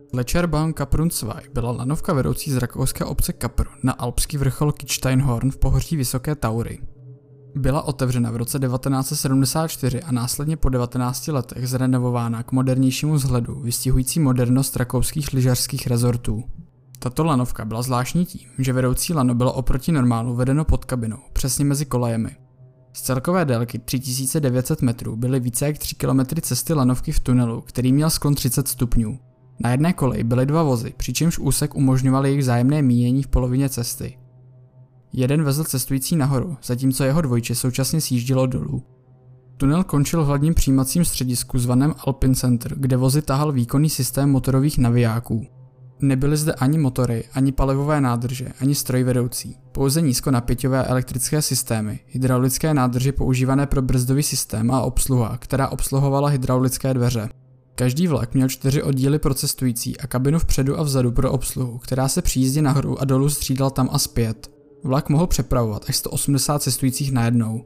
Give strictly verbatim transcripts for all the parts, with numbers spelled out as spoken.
Lecherbahn Kaprun dva byla lanovka vedoucí z rakouské obce Kaprun na alpský vrchol Kitzsteinhorn v pohoří Vysoké Taury. Byla otevřena v roce devatenáct set sedmdesát čtyři a následně po devatenácti letech zrenovována k modernějšímu vzhledu, vystihující modernost rakouských lyžařských rezortů. Tato lanovka byla zvláštní tím, že vedoucí lano bylo oproti normálu vedeno pod kabinou, přesně mezi kolejemi. Z celkové délky tři tisíce devět set metrů byly více jak tři kilometry cesty lanovky v tunelu, který měl sklon třicet stupňů. Na jedné koleji byly dva vozy, přičemž úsek umožňoval jejich vzájemné míjení v polovině cesty. Jeden vezl cestující nahoru, zatímco jeho dvojče současně sjíždělo dolů. Tunel končil v hlavním přijímacím středisku zvaném Alpine Center, kde vozy tahal výkonný systém motorových navijáků. Nebyly zde ani motory, ani palivové nádrže, ani strojvedoucí, pouze nízkonapěťové elektrické systémy, hydraulické nádrže používané pro brzdový systém a obsluha, která obsluhovala hydraulické dveře. Každý vlak měl čtyři oddíly pro cestující a kabinu vpředu a vzadu pro obsluhu, která se při jízdě nahoru a dolů střídala tam a zpět. Vlak mohl přepravovat až sto osmdesát cestujících najednou.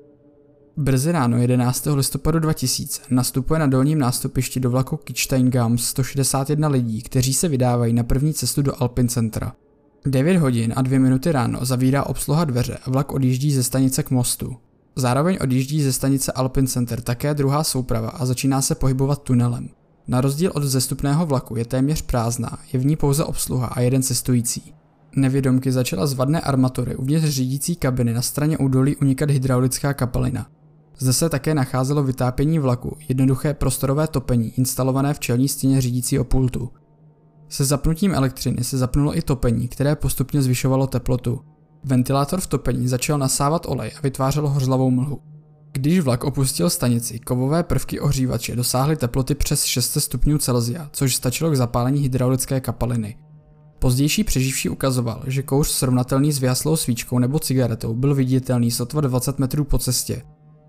Brzy ráno jedenáctého listopadu dva tisíce nastupuje na dolním nástupišti do vlaku Kitzsteingham sto šedesát jedna lidí, kteří se vydávají na první cestu do Alpine Centra. devět hodin a dvě minuty ráno zavírá obsluha dveře a vlak odjíždí ze stanice k mostu. Zároveň odjíždí ze stanice Alpine Center také druhá souprava a začíná se pohybovat tunelem. Na rozdíl od vzestupného vlaku je téměř prázdná, je v ní pouze obsluha a jeden cestující. Nevědomky začala z vadné armatury uvnitř řídící kabiny na straně údolí unikat hydraulická kapalina. Zde se také nacházelo vytápění vlaku, jednoduché prostorové topení instalované v čelní stěně řídícího pultu. Se zapnutím elektřiny se zapnulo i topení, které postupně zvyšovalo teplotu. Ventilátor v topení začal nasávat olej a vytvářel hořlavou mlhu. Když vlak opustil stanici, kovové prvky ohřívače dosáhly teploty přes šest set stupňů Celsia, což stačilo k zapálení hydraulické kapaliny. Pozdější přeživší ukazoval, že kouř srovnatelný s vyhaslou svíčkou nebo cigaretou byl viditelný sotva dvacet metrů po cestě.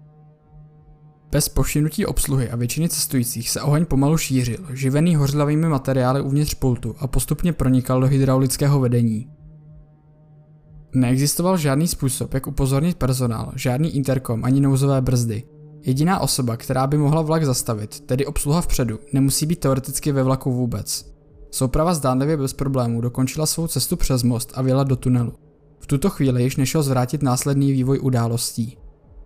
Bez povšimnutí obsluhy a většiny cestujících se oheň pomalu šířil, živený hořlavými materiály uvnitř pultu a postupně pronikal do hydraulického vedení. Neexistoval žádný způsob, jak upozornit personál, žádný interkom ani nouzové brzdy. Jediná osoba, která by mohla vlak zastavit, tedy obsluha vpředu, nemusí být teoreticky ve vlaku vůbec. Souprava zdánlivě bez problémů dokončila svou cestu přes most a vjela do tunelu. V tuto chvíli již nešel zvrátit následný vývoj událostí.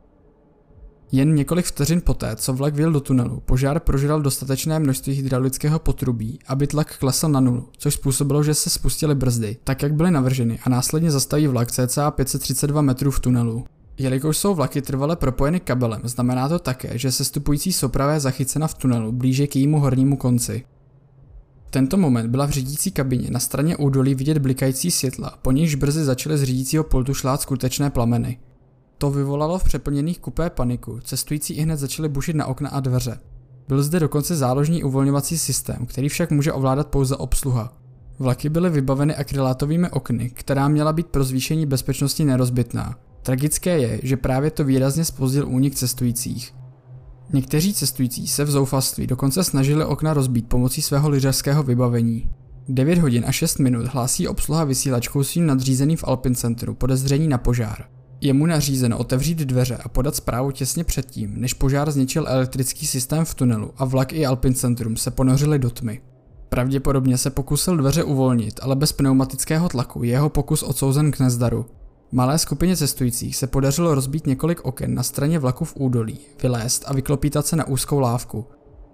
Jen několik vteřin poté, co vlak vjel do tunelu, požár prožral dostatečné množství hydraulického potrubí, aby tlak klesl na nulu, což způsobilo, že se spustily brzdy, tak jak byly navrženy, a následně zastaví vlak cca pět set třicet dva metrů v tunelu. Jelikož jsou vlaky trvale propojeny kabelem, znamená to také, že sestupující souprava je zachycena v tunelu blíže k jejímu hornímu konci. V tento moment byla v řídící kabině na straně údolí vidět blikající světla, po nichž brzy začaly z řídícího pultu šlát skutečné plameny. To vyvolalo v přeplněných kupé paniku, cestující ihned začali bušit na okna a dveře. Byl zde dokonce záložní uvolňovací systém, který však může ovládat pouze obsluha. Vlaky byly vybaveny akrylátovými okny, která měla být pro zvýšení bezpečnosti nerozbitná. Tragické je, že právě to výrazně zpozdil únik cestujících. Někteří cestující se v zoufalství dokonce snažili okna rozbít pomocí svého lyžařského vybavení. devět hodin a šest minut hlásí obsluha vysílačkou svým nadřízeným v Alpine Centru podezření na požár. Je mu nařízeno otevřít dveře a podat zprávu těsně předtím, než požár zničil elektrický systém v tunelu a vlak i Alpine Centrum se ponořili do tmy. Pravděpodobně se pokusil dveře uvolnit, ale bez pneumatického tlaku je jeho pokus odsouzen k nezdaru. Malé skupině cestujících se podařilo rozbít několik oken na straně vlaku v údolí, vylézt a vyklopítat se na úzkou lávku.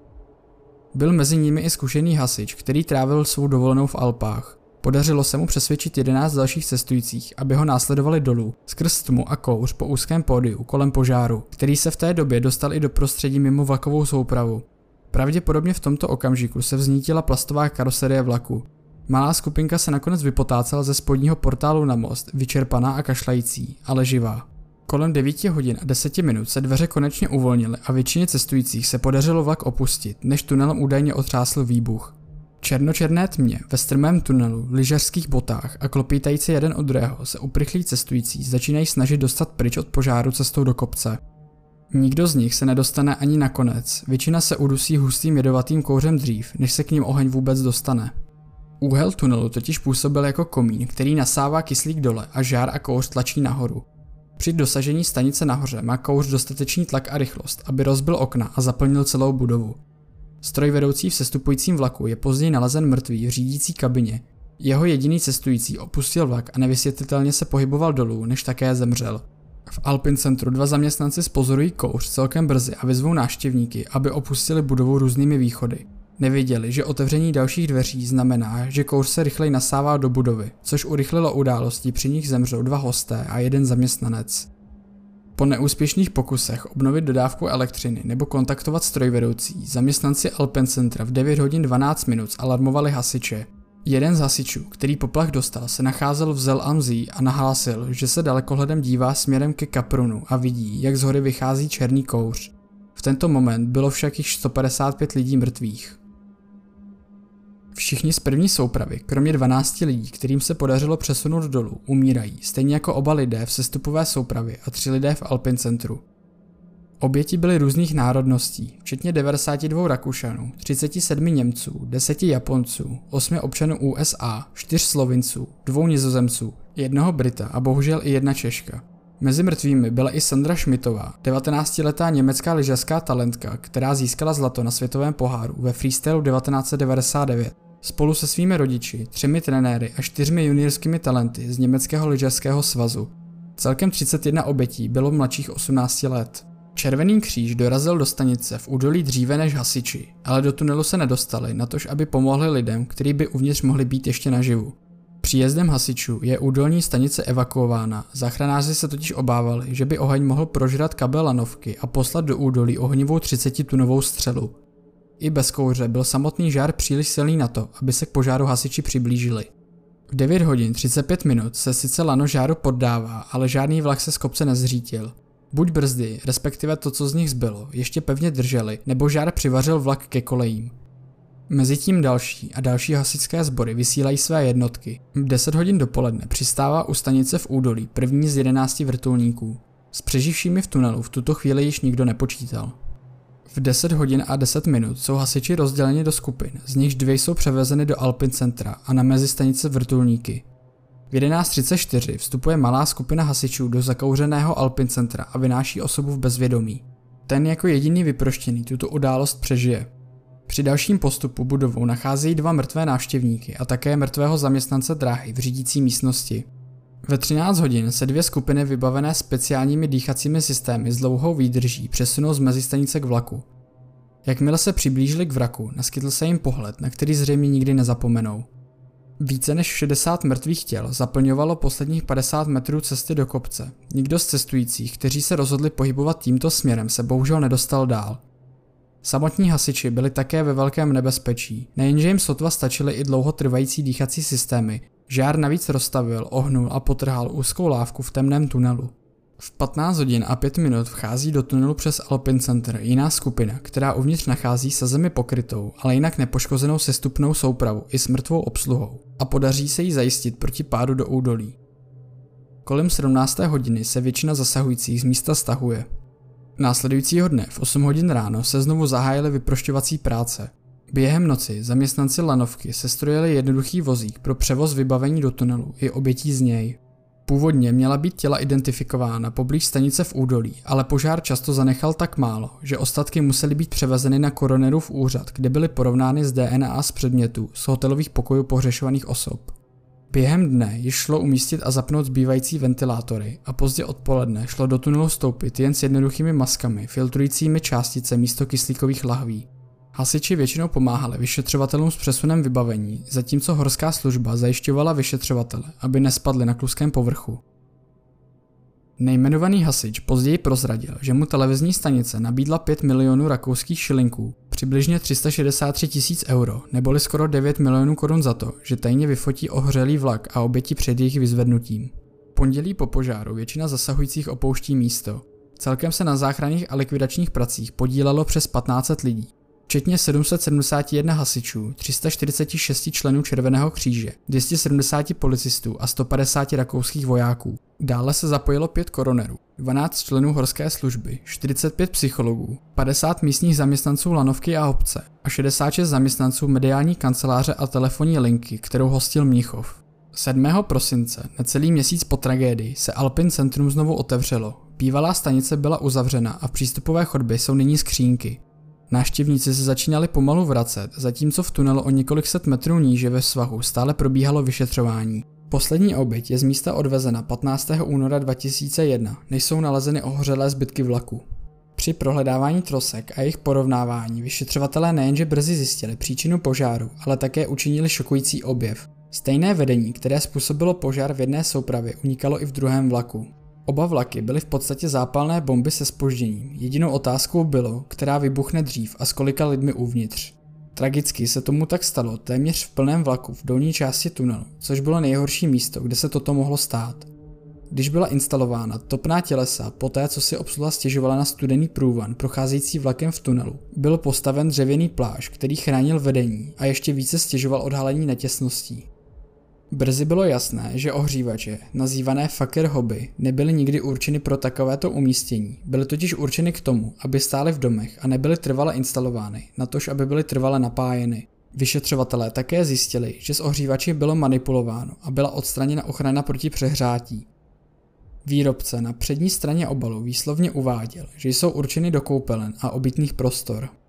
Byl mezi nimi i zkušený hasič, který trávil svou dovolenou v Alpách. Podařilo se mu přesvědčit jedenáct dalších cestujících, aby ho následovali dolů, skrz tmu a kouř po úzkém pódiu kolem požáru, který se v té době dostal i do prostředí mimo vlakovou soupravu. Pravděpodobně v tomto okamžiku se vznítila plastová karoserie vlaku. Malá skupinka se nakonec vypotácela ze spodního portálu na most, vyčerpaná a kašlající, ale živá. Kolem devíti hodin a deseti minut se dveře konečně uvolnily a většině cestujících se podařilo vlak opustit, než tunelem údajně otřásl výbuch. V černočerné tmě, ve strmém tunelu, v lyžařských botách a klopítající jeden od druhého se uprychlí cestující začínají snažit dostat pryč od požáru cestou do kopce. Nikdo z nich se nedostane ani na konec, většina se udusí hustým jedovatým kouřem dřív, než se k ním oheň vůbec dostane. Úhel tunelu totiž působil jako komín, který nasává kyslík dole a žár a kouř tlačí nahoru. Při dosažení stanice nahoře má kouř dostatečný tlak a rychlost, aby rozbil okna a zaplnil celou budovu. Strojvedoucí v sestupujícím vlaku je později nalezen mrtvý v řídící kabině. Jeho jediný cestující opustil vlak a nevysvětlitelně se pohyboval dolů, než také zemřel. V Alpine centru dva zaměstnanci spozorují kouř celkem brzy a vyzvou návštěvníky, aby opustili budovu různými východy. Nevěděli, že otevření dalších dveří znamená, že kouř se rychleji nasává do budovy, což urychlilo události, při nich zemřou dva hosté a jeden zaměstnanec. Po neúspěšných pokusech obnovit dodávku elektřiny nebo kontaktovat strojvedoucí, zaměstnanci Alpine centra v devět hodin dvanáct minut alarmovali hasiče. Jeden z hasičů, který poplach dostal, se nacházel v Zell am See a nahlásil, že se dalekohledem dívá směrem ke kaprunu a vidí, jak z hory vychází černý kouř. V tento moment bylo však již sto padesát pět lidí mrtvých. Všichni z první soupravy, kromě dvanácti lidí, kterým se podařilo přesunout dolů, umírají, stejně jako oba lidé v sestupové soupravě a tři lidé v Alpine centru. Oběti byly různých národností, včetně devadesáti dvou Rakušanů, třiceti sedmi Němců, deseti Japonců, osmi občanů U S A, čtyř Slovinců, dvou Nizozemců, jednoho Brita a bohužel i jedna Češka. Mezi mrtvými byla i Sandra Schmidtová, devatenáctiletá německá lyžařská talentka, která získala zlato na světovém poháru ve freestylu devatenáct set devadesát devět. Spolu se svými rodiči, třemi trenéry a čtyřmi juniorskými talenty z německého lyžařského svazu. Celkem třicet jedna obětí bylo mladších osmnácti let. Červený kříž dorazil do stanice v údolí dříve než hasiči, ale do tunelu se nedostali, natož aby pomohli lidem, kteří by uvnitř mohli být ještě naživu. Příjezdem hasičů je údolní stanice evakuována, záchranáři se totiž obávali, že by oheň mohl prožrat kabel lanovky a poslat do údolí ohnivou třicetitunovou střelu. I bez kouře byl samotný žár příliš silný na to, aby se k požáru hasiči přiblížili. V devět hodin třicet pět minut se sice lano žáru poddává, ale žádný vlak se z kopce nezřítil. Buď brzdy, respektive to, co z nich zbylo, ještě pevně drželi, nebo žár přivařil vlak ke kolejím. Mezitím další a další hasičské sbory vysílají své jednotky. V deset hodin dopoledne přistává u stanice v údolí první z jedenácti vrtulníků. S přeživšími v tunelu v tuto chvíli již nikdo nepočítal. V deset hodin a deset minut jsou hasiči rozděleni do skupin, z nichž dvě jsou převezeny do Alpine centra a na mezi stanice vrtulníky. V jedenáct třicet čtyři vstupuje malá skupina hasičů do zakouřeného Alpine centra a vynáší osobu v bezvědomí. Ten jako jediný vyproštěný tuto událost přežije. Při dalším postupu budovou nacházejí dva mrtvé návštěvníky a také mrtvého zaměstnance dráhy v řídící místnosti. Ve třináct hodin se dvě skupiny vybavené speciálními dýchacími systémy s dlouhou výdrží přesunou z mezistanice k vlaku. Jakmile se přiblížili k vraku, naskytl se jim pohled, na který zřejmě nikdy nezapomenou. Více než šedesát mrtvých těl zaplňovalo posledních padesát metrů cesty do kopce. Nikdo z cestujících, kteří se rozhodli pohybovat tímto směrem, se bohužel nedostal dál. Samotní hasiči byli také ve velkém nebezpečí, nejenže jim sotva stačily i dlouhotrvající dýchací systémy, žár navíc roztavil, ohnul a potrhal úzkou lávku v temném tunelu. V patnáct hodin a pět minut vchází do tunelu přes Alpine Center jiná skupina, která uvnitř nachází se zemi pokrytou, ale jinak nepoškozenou sestupnou soupravu i s mrtvou obsluhou a podaří se jí zajistit proti pádu do údolí. Kolem sedmnácté hodiny se většina zasahujících z místa stahuje. Následujícího dne v osm hodin ráno se znovu zahájily vyprošťovací práce. Během noci zaměstnanci lanovky sestrojili jednoduchý vozík pro převoz vybavení do tunelu i obětí z něj. Původně měla být těla identifikována poblíž stanice v údolí, ale požár často zanechal tak málo, že ostatky musely být převezeny na koronerův úřad, kde byly porovnány s D N A z předmětů z hotelových pokojů pohřešovaných osob. Během dne již šlo umístit a zapnout zbývající ventilátory a pozdě odpoledne šlo do tunelu vstoupit jen s jednoduchými maskami filtrujícími částice místo kyslíkových lahví. Hasiči většinou pomáhali vyšetřovatelům s přesunem vybavení, zatímco horská služba zajišťovala vyšetřovatele, aby nespadli na kluském povrchu. Nejmenovaný hasič později prozradil, že mu televizní stanice nabídla pět milionů rakouských šilinků, přibližně tři sta šedesát tři tisíc euro, neboli skoro devět milionů korun za to, že tajně vyfotí ohořelý vlak a oběti před jejich vyzvednutím. Pondělí po požáru většina zasahujících opouští místo. Celkem se na záchranných a likvidačních pracích podílelo přes patnáct set lidí. Včetně sedm set sedmdesát jedna hasičů, tři sta čtyřicet šest členů Červeného kříže, dvě stě sedmdesát policistů a sto padesát rakouských vojáků. Dále se zapojilo pět koronerů, dvanáct členů horské služby, čtyřicet pět psychologů, padesát místních zaměstnanců lanovky a obce a šedesát šest zaměstnanců mediální kanceláře a telefonní linky, kterou hostil Mnichov. sedmého prosince, necelý měsíc po tragédii, se Alpine centrum znovu otevřelo. Bývalá stanice byla uzavřena a v přístupové chodbě jsou nyní skřínky. Návštěvníci se začínali pomalu vracet, zatímco v tunelu o několik set metrů níže ve svahu stále probíhalo vyšetřování. Poslední oběť je z místa odvezena patnáctého února dva tisíce jedna, než jsou nalezeny ohořelé zbytky vlaku. Při prohledávání trosek a jejich porovnávání vyšetřovatelé nejenže brzy zjistili příčinu požáru, ale také učinili šokující objev. Stejné vedení, které způsobilo požár v jedné soupravě, unikalo i v druhém vlaku. Oba vlaky byly v podstatě zápalné bomby se zpožděním. Jedinou otázkou bylo, která vybuchne dřív a s kolika lidmi uvnitř. Tragicky se tomu tak stalo téměř v plném vlaku v dolní části tunelu, což bylo nejhorší místo, kde se toto mohlo stát. Když byla instalována topná tělesa, poté co si obsluha stěžovala na studený průvan procházející vlakem v tunelu, byl postaven dřevěný plášť, který chránil vedení a ještě více stěžoval odhalení netěsností. Brzy bylo jasné, že ohřívače, nazývané fucker hobby, nebyly nikdy určeny pro takovéto umístění, byly totiž určeny k tomu, aby stály v domech a nebyly trvale instalovány, natož aby byly trvale napájeny. Vyšetřovatelé také zjistili, že s ohřívači bylo manipulováno a byla odstraněna ochrana proti přehřátí. Výrobce na přední straně obalu výslovně uváděl, že jsou určeny do koupelen a obytných prostor.